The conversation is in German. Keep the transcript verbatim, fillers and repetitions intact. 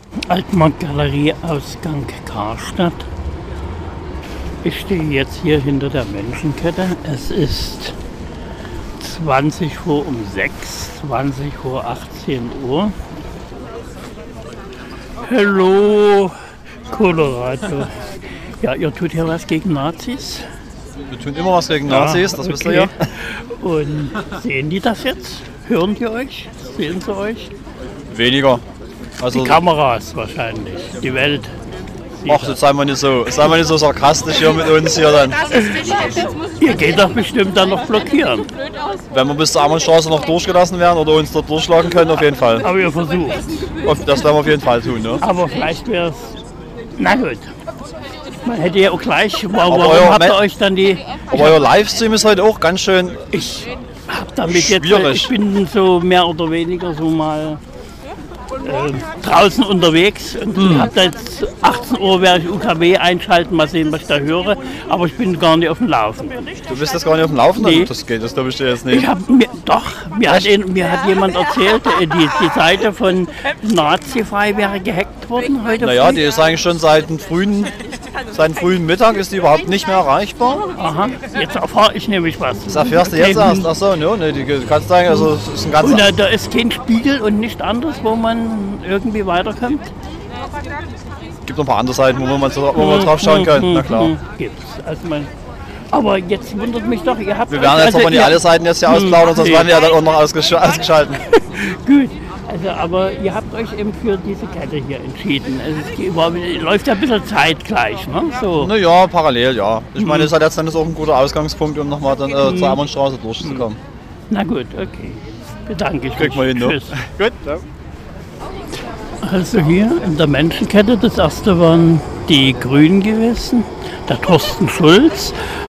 Altmarkt-Galerie, Ausgang Karstadt. Ich stehe jetzt hier hinter der Menschenkette. Es ist zwanzig vor um sechs, zwanzig vor achtzehn Uhr. Hallo, Colorado. Ja, ihr tut ja was gegen Nazis? Wir tun immer was gegen Nazis, ja, das okay. Wisst ihr ja. Und sehen die das jetzt? Hören die euch? Sehen sie euch? Weniger. Also die Kameras wahrscheinlich, die Welt. Ach, jetzt sei mal nicht so, sei mal nicht so sarkastisch hier mit uns hier dann. Ihr geht doch bestimmt dann noch blockieren. Wenn wir bis zur Ammerstraße noch durchgelassen werden oder uns dort durchschlagen können, auf jeden Fall. Aber ihr versucht. Das werden wir auf jeden Fall tun, ne? Aber vielleicht wäre es... Na gut. Man hätte ja auch gleich... Warum, warum habt ihr euch dann die... Aber euer Livestream ist heute auch ganz schön Ich hab damit schwierig. jetzt... Ich bin so mehr oder weniger so mal... Äh, draußen unterwegs und hm. hab da jetzt achtzehn Uhr werde ich U K W einschalten, mal sehen, was ich da höre, aber ich bin gar nicht auf dem Laufen. Du bist jetzt gar nicht auf dem Laufen? Nee. Das geht, das glaube ich dir jetzt nicht. Ich hab mir, doch, mir hat, mir hat jemand erzählt, die, die Seite von Nazifrei wäre gehackt worden heute Naja, früh. Die ist eigentlich schon seit dem frühen, seit dem frühen Mittag ist die überhaupt nicht mehr erreichbar. Aha, jetzt erfahre ich nämlich was. Das erfährst du jetzt okay. erst? Achso, ne, ne, die kannst du sagen, also es ist ein ganz... Und da, da ist kein Spiegel und nicht anders, wo man irgendwie weiterkommt? Es gibt noch ein paar andere Seiten, wo man, mal, wo man drauf schauen kann, na klar. Gibt's. Also man, aber jetzt wundert mich doch, ihr habt... Wir werden jetzt also aber nicht alle Seiten jetzt hier ausplaudern, sonst werden wir ja dann auch noch ausgesch ausgeschalten. Gut, also aber ihr habt euch eben für diese Kette hier entschieden. Also es läuft ja ein bisschen zeitgleich, ne? So. Naja, parallel, ja. Ich meine, das hat jetzt dann auch ein guter Ausgangspunkt, um nochmal dann äh, zur Ammerstraße durchzukommen. Na gut, okay. Bedanke ich mich. Krieg mal hin, ne? Tschüss. Gut, ciao. Also hier in der Menschenkette, das erste waren die Grünen gewesen, der Thorsten Schulz.